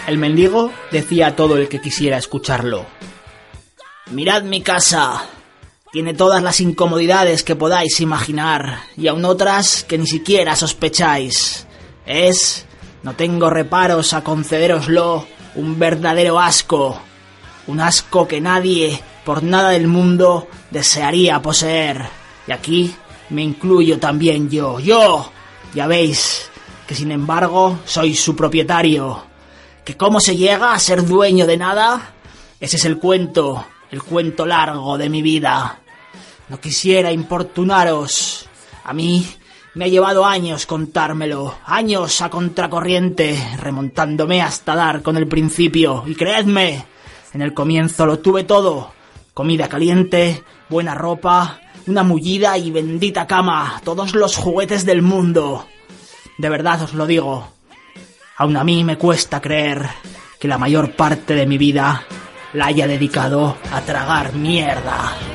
El mendigo decía a todo el que quisiera escucharlo: mirad mi casa. Tiene todas las incomodidades que podáis imaginar, y aun otras que ni siquiera sospecháis. No tengo reparos a concederoslo, un verdadero asco. Un asco que nadie, por nada del mundo, desearía poseer. Y aquí me incluyo también yo. Ya veis que sin embargo soy su propietario. ¿Que cómo se llega a ser dueño de nada? Ese es el cuento largo de mi vida. No quisiera importunaros. A mí me ha llevado años contármelo, años a contracorriente, remontándome hasta dar con el principio. Y creedme, en el comienzo lo tuve todo: comida caliente, buena ropa, una mullida y bendita cama, todos los juguetes del mundo. De verdad os lo digo, aun a mí me cuesta creer que la mayor parte de mi vida la haya dedicado a tragar mierda.